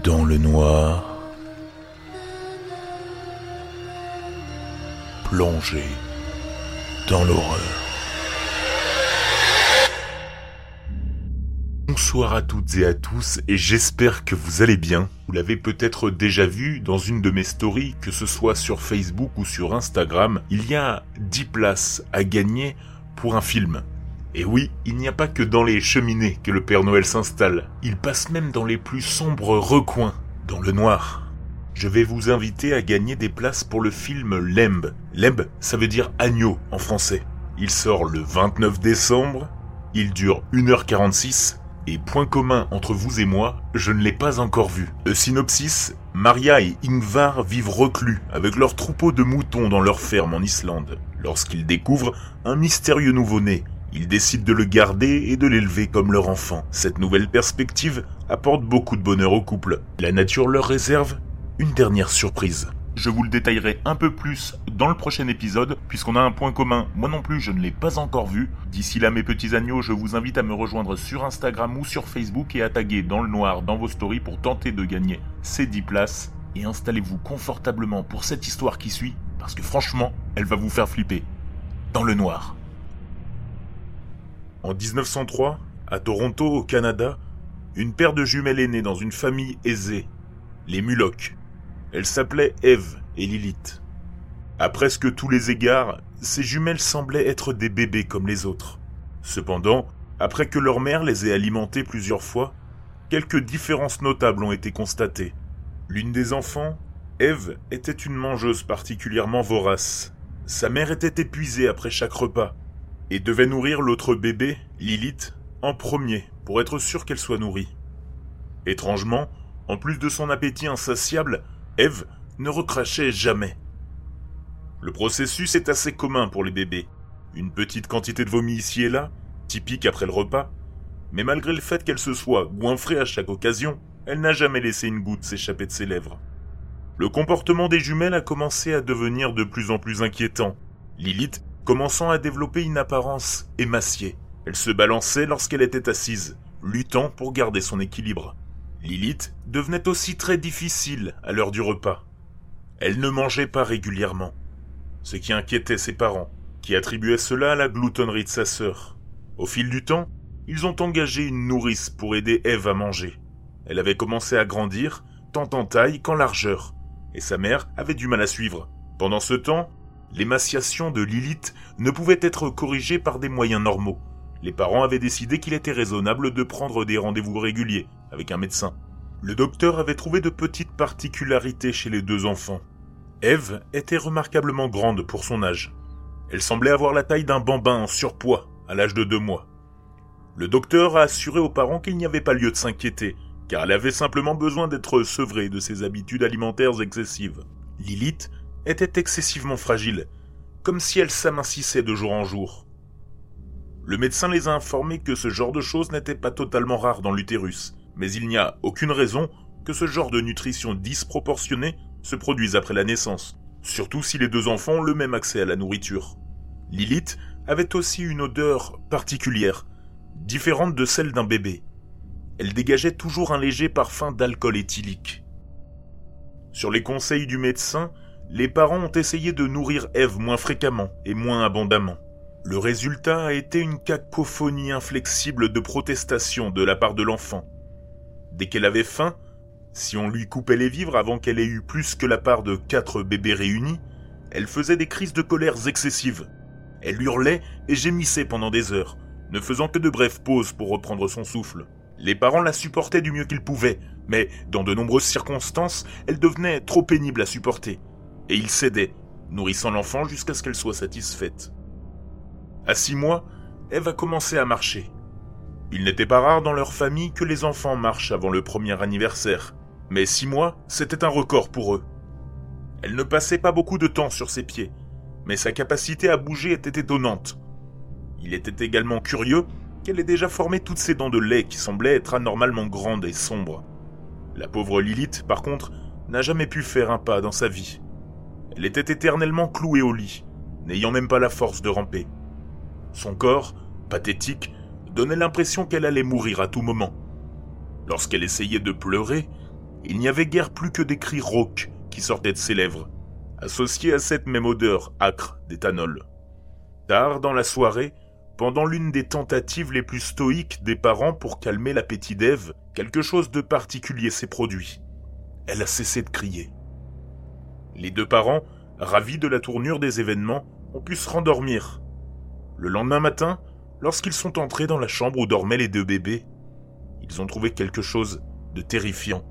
Dans le noir, plongé dans l'horreur. Bonsoir à toutes et à tous, et j'espère que vous allez bien. Vous l'avez peut-être déjà vu dans une de mes stories, que ce soit sur Facebook ou sur Instagram, il y a 10 places à gagner pour un film. Et oui, il n'y a pas que dans les cheminées que le Père Noël s'installe, il passe même dans les plus sombres recoins, dans le noir. Je vais vous inviter à gagner des places pour le film Lemb. Lemb, ça veut dire agneau en français. Il sort le 29 décembre, il dure 1h46, et point commun entre vous et moi, je ne l'ai pas encore vu. Le synopsis, Maria et Ingvar vivent reclus avec leur troupeau de moutons dans leur ferme en Islande. Lorsqu'ils découvrent un mystérieux nouveau-né, ils décident de le garder et de l'élever comme leur enfant. Cette nouvelle perspective apporte beaucoup de bonheur au couple. La nature leur réserve une dernière surprise. Je vous le détaillerai un peu plus dans le prochain épisode, puisqu'on a un point commun. Moi non plus, je ne l'ai pas encore vu. D'ici là, mes petits agneaux, je vous invite à me rejoindre sur Instagram ou sur Facebook et à taguer dans le noir dans vos stories pour tenter de gagner ces 10 places. Et installez-vous confortablement pour cette histoire qui suit, parce que franchement, elle va vous faire flipper. Dans le noir. En 1903, à Toronto, au Canada, une paire de jumelles est née dans une famille aisée, les Mullock. Elles s'appelaient Eve et Lilith. À presque tous les égards, ces jumelles semblaient être des bébés comme les autres. Cependant, après que leur mère les ait alimentées plusieurs fois, quelques différences notables ont été constatées. L'une des enfants, Eve, était une mangeuse particulièrement vorace. Sa mère était épuisée après chaque repas et devait nourrir l'autre bébé, Lilith, en premier pour être sûre qu'elle soit nourrie. Étrangement, en plus de son appétit insatiable, Eve ne recrachait jamais. Le processus est assez commun pour les bébés. Une petite quantité de vomi ici et là, typique après le repas, mais malgré le fait qu'elle se soit goinfrée à chaque occasion, elle n'a jamais laissé une goutte s'échapper de ses lèvres. Le comportement des jumelles a commencé à devenir de plus en plus inquiétant. Lilith commençant à développer une apparence émaciée. Elle se balançait lorsqu'elle était assise, luttant pour garder son équilibre. Lilith devenait aussi très difficile à l'heure du repas. Elle ne mangeait pas régulièrement, ce qui inquiétait ses parents, qui attribuaient cela à la gloutonnerie de sa sœur. Au fil du temps, ils ont engagé une nourrice pour aider Eve à manger. Elle avait commencé à grandir, tant en taille qu'en largeur, et sa mère avait du mal à suivre. Pendant ce temps, l'émaciation de Lilith ne pouvait être corrigée par des moyens normaux. Les parents avaient décidé qu'il était raisonnable de prendre des rendez-vous réguliers avec un médecin. Le docteur avait trouvé de petites particularités chez les deux enfants. Eve était remarquablement grande pour son âge. Elle semblait avoir la taille d'un bambin en surpoids à l'âge de 2 mois. Le docteur a assuré aux parents qu'il n'y avait pas lieu de s'inquiéter, car elle avait simplement besoin d'être sevrée de ses habitudes alimentaires excessives. Lilith était excessivement fragile, comme si elle s'amincissait de jour en jour. Le médecin les a informés que ce genre de choses n'était pas totalement rare dans l'utérus, mais il n'y a aucune raison que ce genre de nutrition disproportionnée se produise après la naissance, surtout si les deux enfants ont le même accès à la nourriture. Lilith avait aussi une odeur particulière, différente de celle d'un bébé. Elle dégageait toujours un léger parfum d'alcool éthylique. Sur les conseils du médecin, les parents ont essayé de nourrir Eve moins fréquemment et moins abondamment. Le résultat a été une cacophonie inflexible de protestations de la part de l'enfant. Dès qu'elle avait faim, si on lui coupait les vivres avant qu'elle ait eu plus que la part de 4 bébés réunis, elle faisait des crises de colère excessives. Elle hurlait et gémissait pendant des heures, ne faisant que de brèves pauses pour reprendre son souffle. Les parents la supportaient du mieux qu'ils pouvaient, mais dans de nombreuses circonstances, elle devenait trop pénible à supporter. Et ils cédaient, nourrissant l'enfant jusqu'à ce qu'elle soit satisfaite. À 6 mois, Eve a commencé à marcher. Il n'était pas rare dans leur famille que les enfants marchent avant le premier anniversaire, mais 6 mois, c'était un record pour eux. Elle ne passait pas beaucoup de temps sur ses pieds, mais sa capacité à bouger était étonnante. Il était également curieux qu'elle ait déjà formé toutes ses dents de lait qui semblaient être anormalement grandes et sombres. La pauvre Lilith, par contre, n'a jamais pu faire un pas dans sa vie. Elle était éternellement clouée au lit, n'ayant même pas la force de ramper. Son corps, pathétique, donnait l'impression qu'elle allait mourir à tout moment. Lorsqu'elle essayait de pleurer, il n'y avait guère plus que des cris rauques qui sortaient de ses lèvres, associés à cette même odeur âcre d'éthanol. Tard dans la soirée, pendant l'une des tentatives les plus stoïques des parents pour calmer l'appétit d'Ève, quelque chose de particulier s'est produit. Elle a cessé de crier. Les deux parents, ravis de la tournure des événements, ont pu se rendormir. Le lendemain matin, lorsqu'ils sont entrés dans la chambre où dormaient les deux bébés, ils ont trouvé quelque chose de terrifiant.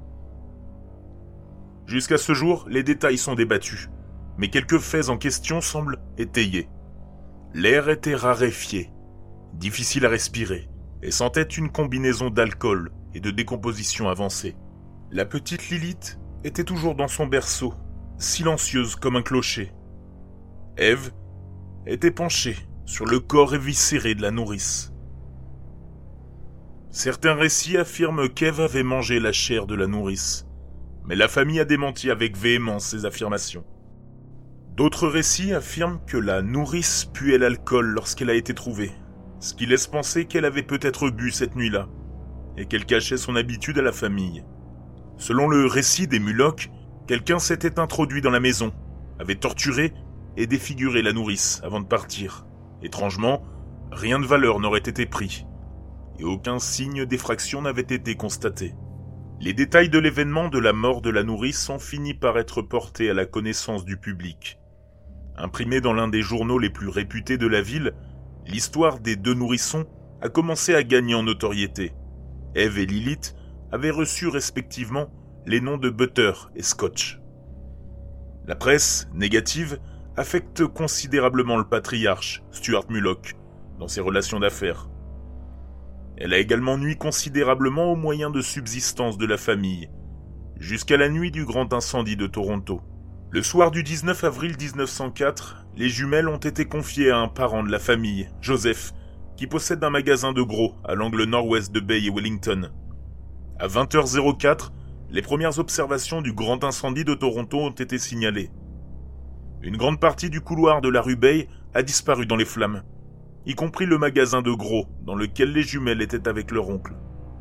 Jusqu'à ce jour, les détails sont débattus, mais quelques faits en question semblent étayés. L'air était raréfié, difficile à respirer, et sentait une combinaison d'alcool et de décomposition avancée. La petite Lilith était toujours dans son berceau, silencieuse comme un clocher. Ève était penchée sur le corps éviscéré de la nourrice. Certains récits affirment qu'Ève avait mangé la chair de la nourrice, mais la famille a démenti avec véhémence ces affirmations. D'autres récits affirment que la nourrice puait l'alcool lorsqu'elle a été trouvée, ce qui laisse penser qu'elle avait peut-être bu cette nuit-là, et qu'elle cachait son habitude à la famille. Selon le récit des Muloks, quelqu'un s'était introduit dans la maison, avait torturé et défiguré la nourrice avant de partir. Étrangement, rien de valeur n'aurait été pris, et aucun signe d'effraction n'avait été constaté. Les détails de l'événement de la mort de la nourrice ont fini par être portés à la connaissance du public. Imprimé dans l'un des journaux les plus réputés de la ville, l'histoire des deux nourrissons a commencé à gagner en notoriété. Ève et Lilith avaient reçu respectivement les noms de Butter et Scotch. La presse, négative, affecte considérablement le patriarche, Stuart Mullock, dans ses relations d'affaires. Elle a également nui considérablement aux moyens de subsistance de la famille, jusqu'à la nuit du grand incendie de Toronto. Le soir du 19 avril 1904, les jumelles ont été confiées à un parent de la famille, Joseph, qui possède un magasin de gros à l'angle nord-ouest de Bay et Wellington. À 20h04, les premières observations du grand incendie de Toronto ont été signalées. Une grande partie du couloir de la rue Bay a disparu dans les flammes, y compris le magasin de gros dans lequel les jumelles étaient avec leur oncle.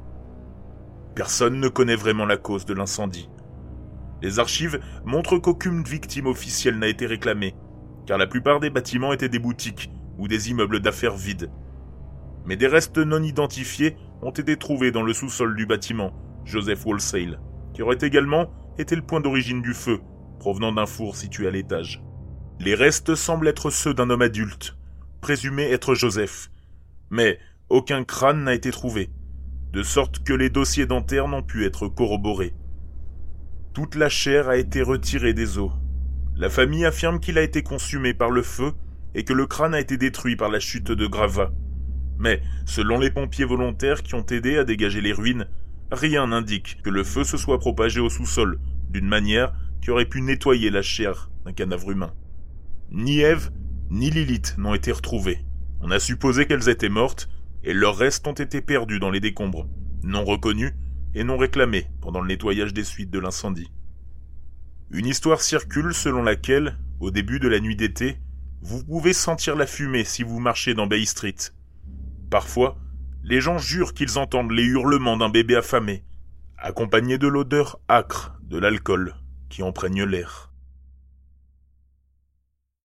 Personne ne connaît vraiment la cause de l'incendie. Les archives montrent qu'aucune victime officielle n'a été réclamée, car la plupart des bâtiments étaient des boutiques ou des immeubles d'affaires vides. Mais des restes non identifiés ont été trouvés dans le sous-sol du bâtiment, Joseph Wholesale, qui aurait également été le point d'origine du feu, provenant d'un four situé à l'étage. Les restes semblent être ceux d'un homme adulte, présumé être Joseph, mais aucun crâne n'a été trouvé, de sorte que les dossiers dentaires n'ont pu être corroborés. Toute la chair a été retirée des os. La famille affirme qu'il a été consumé par le feu et que le crâne a été détruit par la chute de gravats. Mais, selon les pompiers volontaires qui ont aidé à dégager les ruines, rien n'indique que le feu se soit propagé au sous-sol d'une manière qui aurait pu nettoyer la chair d'un cadavre humain. Ni Ève, ni Lilith n'ont été retrouvées. On a supposé qu'elles étaient mortes et leurs restes ont été perdus dans les décombres, non reconnus et non réclamés pendant le nettoyage des suites de l'incendie. Une histoire circule selon laquelle, au début de la nuit d'été, vous pouvez sentir la fumée si vous marchez dans Bay Street. Parfois, les gens jurent qu'ils entendent les hurlements d'un bébé affamé, accompagnés de l'odeur âcre de l'alcool qui imprègne l'air.